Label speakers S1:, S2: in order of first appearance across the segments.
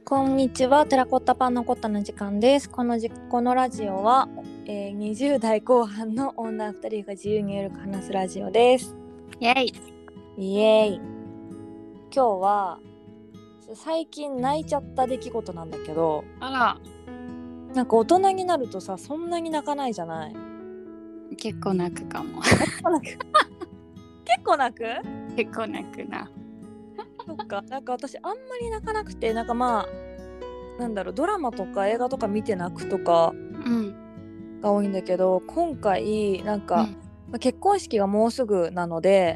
S1: こんにちは、テラコッタパンナコッタの時間です。このラジオは、20代後半の女2人が自由にゆるく話すラジオです。
S2: イエイ
S1: イエーイ。今日は最近泣いちゃった出来事なんだけど、
S2: あら、
S1: なんか大人になるとさ、そんなに泣かないじゃない？
S2: 結構泣くかも。
S1: 結構泣く？
S2: 結構泣くな。
S1: そっか、なんか私あんまり泣かなくて、なんかドラマとか映画とか見て泣くとかが多いんだけど、今回なんか、結婚式がもうすぐなので、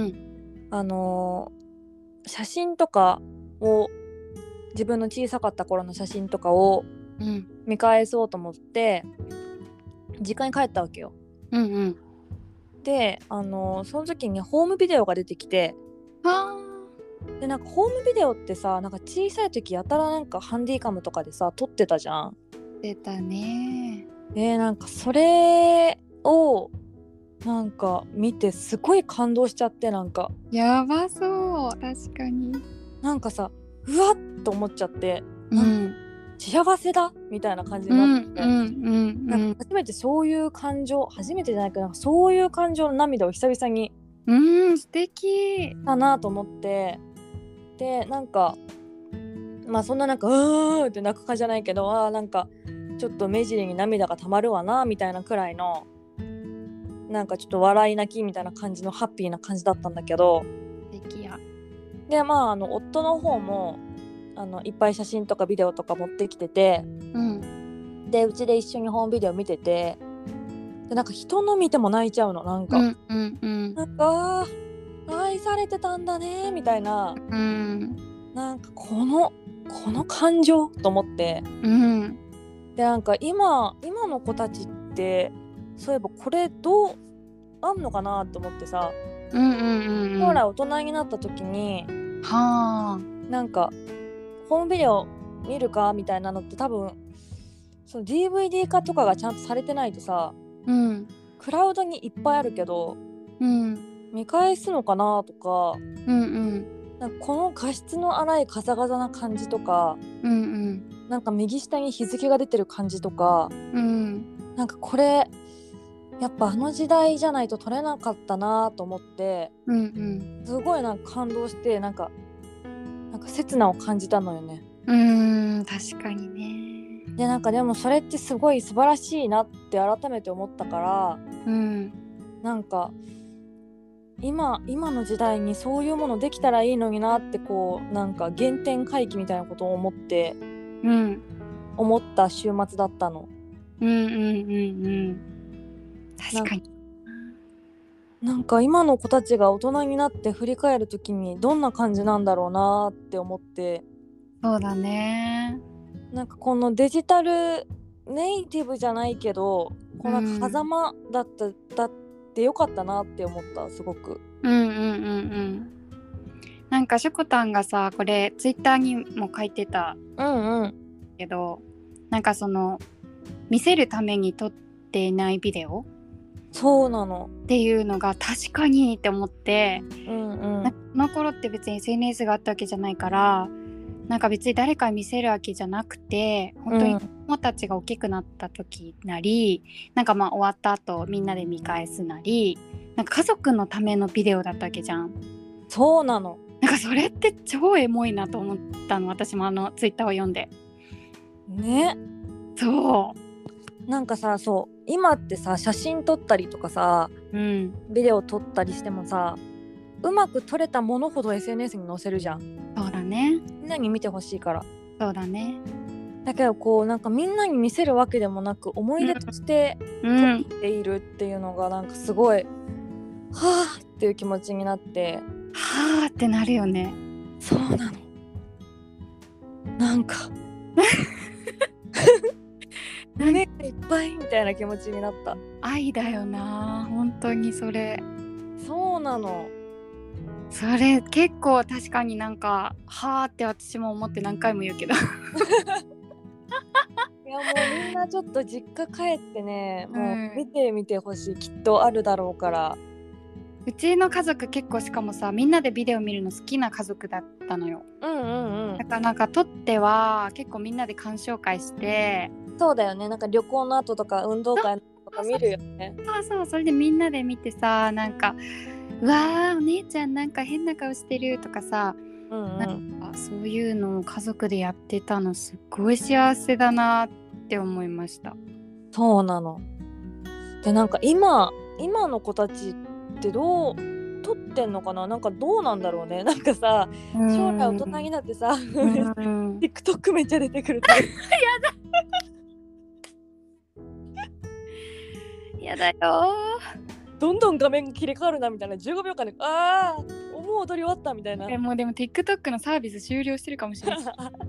S1: 写真とかを自分の小さかった頃の写真とかを見返そうと思って実家に帰ったわけよ。で、その時にホームビデオが出てきて、でなんかホームビデオってさ、なんか小さい時やたらなんかハンディカムとかでさ撮ってたじゃん。
S2: 出たね。
S1: でなんかそれをなんか見てすごい感動しちゃって、なんか
S2: やばそう、確かに。
S1: なんかさ、うわっと思っちゃって、幸せだみたいな感じになって、なんか初めてそういう感情、初めてじゃないけど、なんかそういう感情の涙を久々に
S2: 素敵
S1: だなと思って、でなんかそんななんかうーって泣く感じじゃないけど、なんかちょっと目尻に涙がたまるわなみたいなくらいの、なんかちょっと笑い泣きみたいな感じのハッピーな感じだったんだけど、
S2: 素敵や。
S1: で夫の方もいっぱい写真とかビデオとか持ってきてて、でうちで一緒にホームビデオ見てて、でなんか人の見ても泣いちゃうの、なんか、なんか愛されてたんだねみたいな、なんかこの感情と思って、でなんか今の子たちってそういえばこれどうあんのかなと思ってさ、将来大人になった時になんかホームビデオ見るかみたいなのって多分その DVD 化とかがちゃんとされてないとさ、クラウドにいっぱいあるけど、見返すのかなとか、なんかこの画質の荒いガサガサな感じとか、なんか右下に日付が出てる感じとか、なんかこれやっぱあの時代じゃないと撮れなかったなと思って、すごいなんか感動して、なんか切なを感じたのよね。
S2: 確かにね。
S1: でなんかでもそれってすごい素晴らしいなって改めて思ったから、なんか今の時代にそういうものできたらいいのになって、こうなんか原点回帰みたいなことを思って、思った週末だったの。
S2: 確かに。
S1: なんか今の子たちが大人になって振り返るときにどんな感じなんだろうなって思って。
S2: そうだね。
S1: なんかこのデジタルネイティブじゃないけど、このなんか狭間だってよかったなって思った、すごく。
S2: なんかしょこたんがさ、これツイッターにも書いてたけど、なんかその見せるために撮っていないビデオ、
S1: そうなの
S2: っていうのが確かにって思って、その頃って別に SNS があったわけじゃないから、なんか別に誰かに見せるわけじゃなくて、本当に子供たちが大きくなった時なり、なんか終わった後みんなで見返すなり、なんか家族のためのビデオだったわけじゃん。
S1: そうなの。
S2: なんかそれって超エモいなと思ったの、私もツイッターを読んで
S1: ね。
S2: そう
S1: なんかさ、そう今ってさ、写真撮ったりとかさ、ビデオ撮ったりしてもさ、うまく撮れたものほど SNS に載せるじゃん。
S2: そうだね。
S1: みんなに見てほしいから。そう
S2: だね。
S1: だけどこうなんかみんなに見せるわけでもなく、思い出として撮っているっていうのがなんかすごい、はぁっていう気持ちになって、
S2: はぁってなるよね。
S1: そうなの。なんか胸がいっぱいみたいな気持ちになった。
S2: 愛だよな、本当にそれ。
S1: そうなの。
S2: それ結構確かになんかはーって私も思って何回も言うけどい
S1: やもうみんなちょっと実家帰ってね、もう見てみてほしい、きっとあるだろうから。
S2: うちの家族結構しかもさみんなでビデオ見るの好きな家族だったのよ。だからなんか撮っては結構みんなで鑑賞会して、
S1: そうだよね、なんか旅行の後とか運動会の後とか見るよね。
S2: そうそれでみんなで見てさ、なんかうわーお姉ちゃんなんか変な顔してるとかさ、なんかそういうのを家族でやってたのすっごい幸せだなって思いました。
S1: そうなの。でなんか今の子たちってどう撮ってんのかな、なんかどうなんだろうね。なんかさ将来大人になってさTikTok めっちゃ出てくる
S2: やだよ
S1: どんどん画面切り替わるなみたいな、15秒間でああもう踊り終わったみたいな。
S2: もうでも TikTok のサービス終了してるかもしれない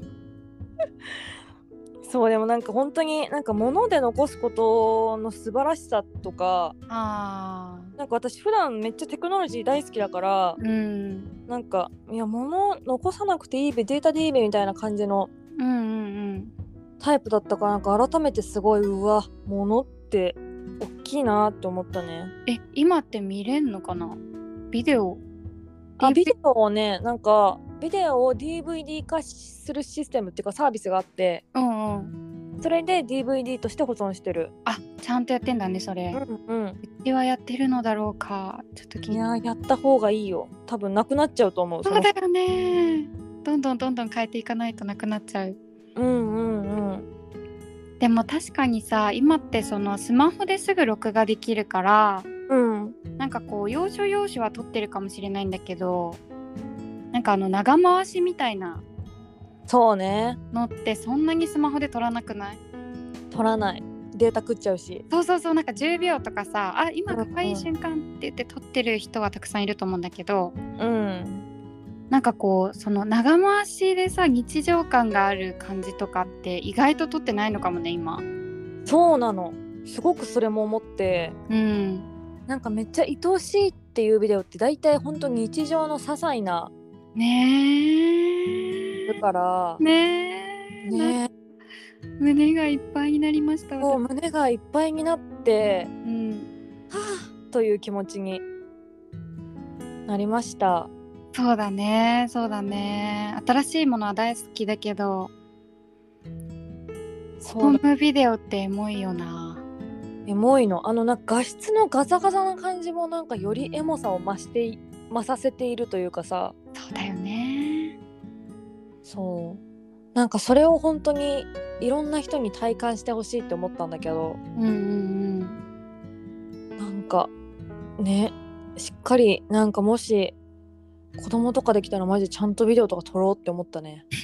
S1: そうでもなんか本当になんか物で残すことの素晴らしさとか、なんか私普段めっちゃテクノロジー大好きだから、なんかいや物残さなくていいべ、データでいいべみたいな感じのタイプだったから、なんか改めてすごいうわ物って大きいなって思ったね。
S2: 今って見れんのかなビデオ？
S1: ビデオをね、なんかビデオを DVD 化するシステムっていうかサービスがあって、それで DVD として保存してる。
S2: ちゃんとやってんだねそれ。うちはやってるのだろうか、ちょっと
S1: いややった方がいいよ、多分なくなっちゃうと思う。
S2: そうだよね、どんどん変えていかないとなくなっちゃう。でも確かにさ今ってそのスマホですぐ録画できるから、なんかこう要所要所は撮ってるかもしれないんだけど、なんか長回しみたいな
S1: そうね
S2: のってそんなにスマホで撮らなくない？
S1: 撮らない、データ食っちゃうし。
S2: そうなんか10秒とかさ今可愛い瞬間って言って撮ってる人はたくさんいると思うんだけど、なんかこうその長回しでさ日常感がある感じとかって意外と撮ってないのかもね今。
S1: そうなの、すごくそれも思って、なんかめっちゃ愛おしいっていうビデオって大体本当に日常の些細なだから
S2: ね胸がいっぱいになりました。
S1: そう胸がいっぱいになって、はぁという気持ちになりました。
S2: そうだね新しいものは大好きだけどホームビデオってエモいよな。
S1: エモいの、なんか画質のガザガザな感じもなんかよりエモさを増させているというかさ。
S2: そうだよね。
S1: そうなんかそれを本当にいろんな人に体感してほしいって思ったんだけど、なんかねしっかりなんかもし子供とかできたらマジでちゃんとビデオとか撮ろうって思ったね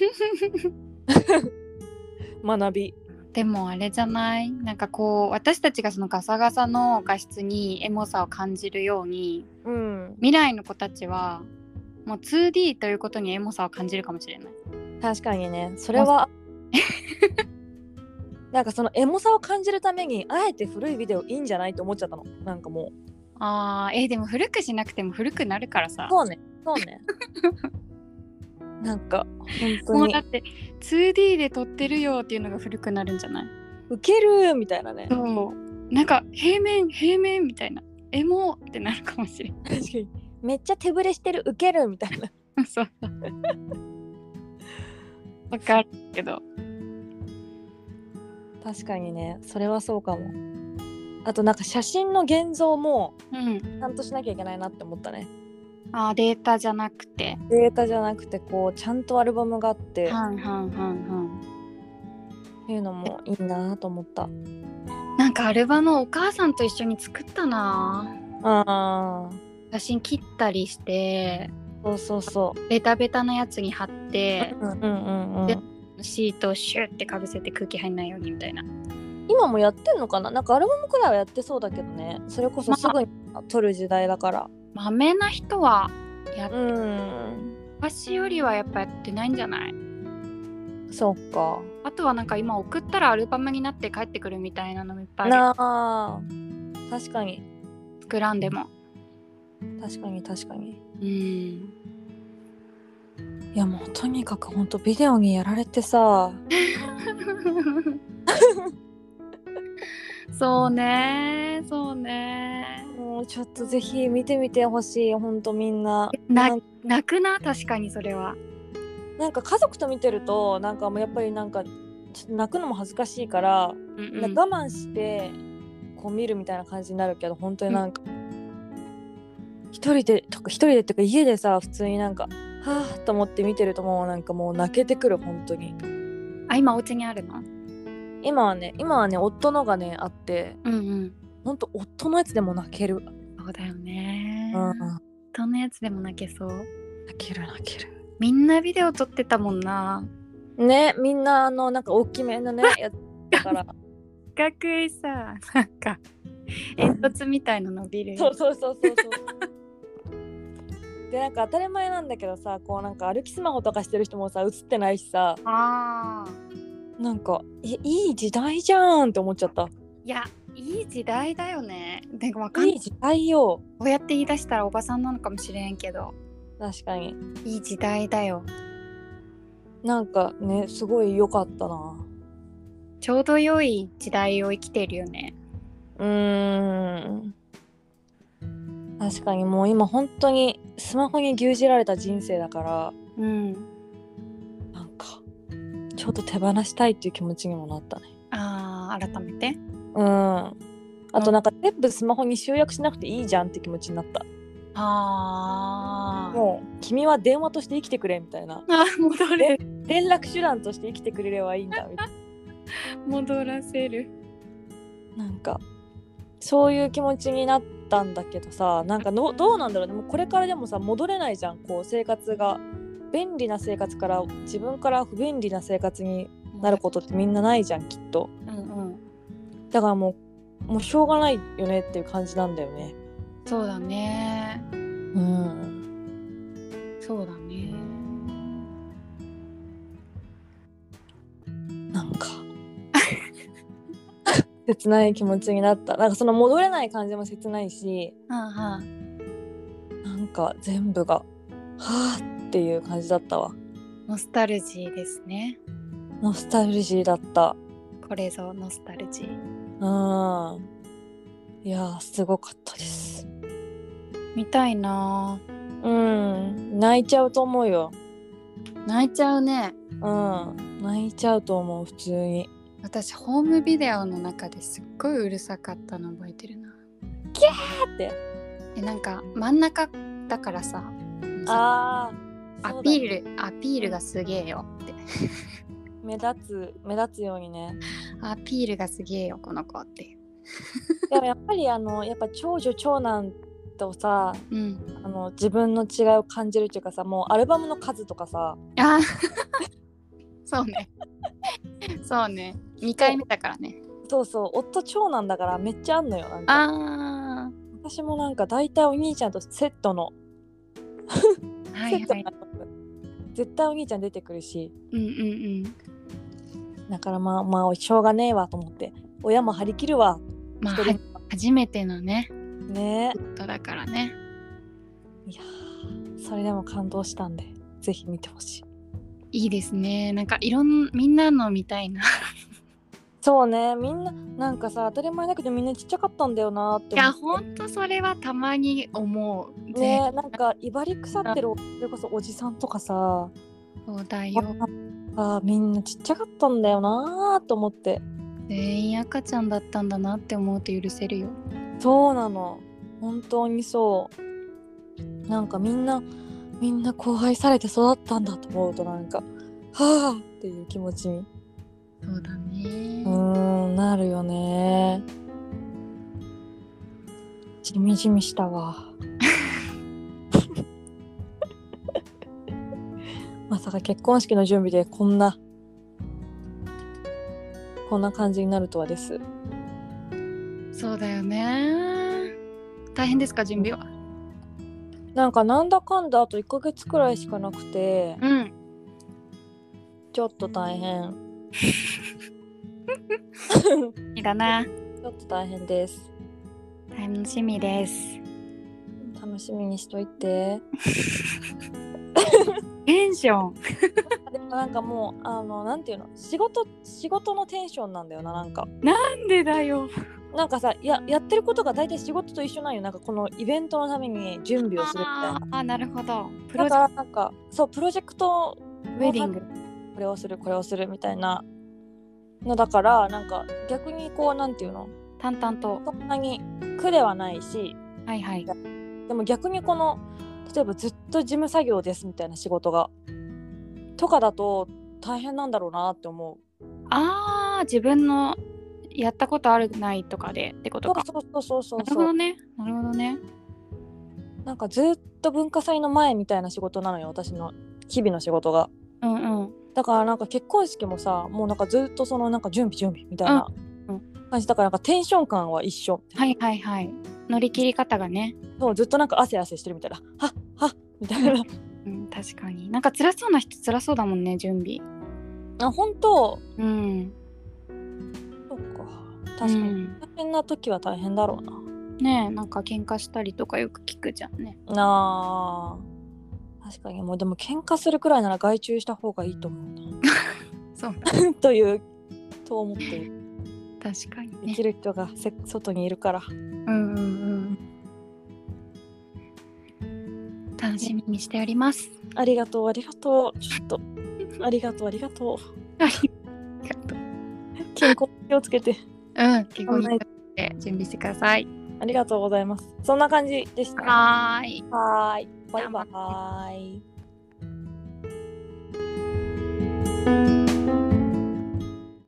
S1: 学び。
S2: でもあれじゃない、なんかこう私たちがそのガサガサの画質にエモさを感じるように、未来の子たちはもう 2D ということにエモさを感じるかもしれない。
S1: 確かにね、それはなんかそのエモさを感じるためにあえて古いビデオいいんじゃないと思っちゃったの。なんかも
S2: うでも古くしなくても古くなるからさ。
S1: そうねなんか本当に
S2: もうだって 2D で撮ってるよっていうのが古くなるんじゃない？
S1: ウケるみたいなね。
S2: そうなんか平面みたいなエモってなるかもしれない。
S1: 確かにめっちゃ手ぶれしてるウケるみたいな
S2: そうわかるけど
S1: 確かにねそれはそうかも。あとなんか写真の現像もちゃんとしなきゃいけないなって思ったね。
S2: データじゃなくて
S1: こうちゃんとアルバムがあってっていうのもいいなと思った。
S2: なんかアルバムをお母さんと一緒に作ったな。写真切ったりして
S1: そう
S2: ベタベタなやつに貼って、でシートをシュッてかぶせて空気入んないようにみたいな。
S1: 今もやってんのかな。なんかアルバムくらいはやってそうだけどね。それこそすぐに撮る時代だから、
S2: まめな人はやって昔よりはやっぱやってないんじゃない？
S1: そっか。
S2: あとはなんか今送ったらアルバムになって帰ってくるみたいなのもいっぱい
S1: ある。確かに
S2: 作らんでも
S1: 確かにいやもうとにかくほんとビデオにやられてさ
S2: そうね
S1: ももうちょっとぜひ見てみてほしい。ほんとみんな
S2: 泣くな。確かにそれは
S1: なんか家族と見てるとなんかもうやっぱりなんかちょっと泣くのも恥ずかしいから、我慢してこう見るみたいな感じになるけど、本当になんか、一人でっていうか家でさ普通になんかはぁと思って見てるともうなんかもう泣けてくる本当に。
S2: 今お家にあるの？
S1: 今はね夫のがねあって、ほんと夫のやつでも泣ける。
S2: そうだよね、夫のやつでも泣けそう。
S1: 泣ける
S2: みんなビデオ撮ってたもんな。
S1: ね、みんななんか大きめのねやつだから
S2: 四角いさなんか煙突みたいの伸びる
S1: そうでなんか当たり前なんだけどさ、こうなんか歩きスマホとかしてる人もさ映ってないしさ、なんかいい時代じゃんって思っちゃった。
S2: いやいい時代だよね。でもわかんない、
S1: いい時代よ。
S2: こうやって言い出したらおばさんなのかもしれんけど、
S1: 確かに
S2: いい時代だよ。
S1: なんかねすごい良かったな。
S2: ちょうど良い時代を生きてるよね。
S1: 確かにもう今本当にスマホに牛耳られた人生だから、なんかちょっと手放したいっていう気持ちにもなったね。
S2: 改めて
S1: あとなんか全部スマホに集約しなくていいじゃんって気持ちになった。もう君は電話として生きてくれみたいな。
S2: 戻れる。
S1: 連絡手段として生きてくれればいいんだみたいな。
S2: 戻らせる。
S1: なんかそういう気持ちになったんだけどさ、なんかどうなんだろうね。もうこれからでもさ戻れないじゃん。こう生活が便利な生活から自分から不便利な生活になることってみんなないじゃんきっと。だからもうしょうがないよねっていう感じなんだよね。
S2: そうだね。そうだね。
S1: なんか切ない気持ちになった。なんかその戻れない感じも切ないし、なんか全部がはぁっていう感じだったわ。
S2: ノスタルジーですね。
S1: ノスタルジーだった。
S2: これぞノスタルジー。
S1: いやーすごかったです。
S2: 見たいな。
S1: 泣いちゃうと思うよ。
S2: 泣いちゃうね。
S1: 泣いちゃうと思う普通に。
S2: 私ホームビデオの中ですっごいうるさかったの覚えてるな。
S1: キャーって
S2: なんか真ん中だからさ、アピールがすげえよって
S1: 目立つようにね。
S2: アピールがすげえよこの子っていう。
S1: でもやっぱりやっぱ長女長男とさ、自分の違いを感じるっていうかさ、もうアルバムの数とかさ
S2: そうねそうね、2回目だからね。
S1: そう夫長男だからめっちゃあんのよ。なんか私もなんか大体お兄ちゃんとセットのセット絶対お兄ちゃん出てくるし、だからまあしょうがねえわと思って親も張り切るわ。
S2: 初めてのね
S1: だ
S2: からね。
S1: いやそれでも感動したんでぜひ見てほしい。
S2: いいですね。なんかみんなの見たいな
S1: そうね、みんななんかさ当たり前だけどみんなちっちゃかったんだよなって思って。
S2: いやほんとそれはたまに思う
S1: ね。なんか威張り腐ってるそれこそおじさんとかさ、
S2: そうだよ。
S1: みんなちっちゃかったんだよなと思って。
S2: 全員赤ちゃんだったんだなって思うと許せるよ。
S1: そうなの、本当にそう。なんかみんな交配されて育ったんだと思うとなんかはぁっていう気持ちに
S2: そうだね
S1: なるよね。じみじみしたわまさか結婚式の準備でこんな感じになるとはです。
S2: そうだよね。大変ですか準備は。
S1: なんだかんだあと1ヶ月くらいしかなくて、ちょっと大変
S2: いいだな。
S1: ちょっと大変です。
S2: 楽しみです。
S1: 楽しみにしといて
S2: テンション
S1: でもなんかもうなんていうの仕事のテンションなんだよな。なんか
S2: なんでだよ
S1: なんかさやってることが大体仕事と一緒なんよ。なんかこのイベントのために準備をするみたいな。
S2: あ、なるほど。
S1: だからなんかそうプロジェクト
S2: ウェディング
S1: これをするみたいなのだから、なんか逆にこうなんていうの、
S2: 淡々と
S1: そんなに苦ではないし、
S2: はいはい。
S1: でも逆にこの例えばずっと事務作業ですみたいな仕事がとかだと大変なんだろうなって思う。
S2: 自分のやったことあるないとかでってことか。
S1: そう。
S2: なるほどね。
S1: なんかずっと文化祭の前みたいな仕事なのよ、私の日々の仕事が。だからなんか結婚式もさ、もうなんかずっとそのなんか準備みたいな感じだから、なんかテンション感は一緒。
S2: はい乗り切り方がね。
S1: そうずっとなんか汗してるみたいな、はっみたいな
S2: 確かになんか辛そうな人辛そうだもんね、準備。
S1: 本当。そっか、確かに、大変な時は大変だろうな。
S2: ねえ、なんか喧嘩したりとかよく聞くじゃんね。
S1: 確かに。もうでも喧嘩するくらいなら外注した方がいいと思うな
S2: そう
S1: と思っている。
S2: 確かにね。
S1: できる人が外にいるから。
S2: 楽しみにしております。
S1: ありがとう。ちょっとありがとう。健康気をつけて。
S2: 健康に準備してください。
S1: ありがとうございます。そんな感じでした。
S2: はーい。
S1: バイバイ。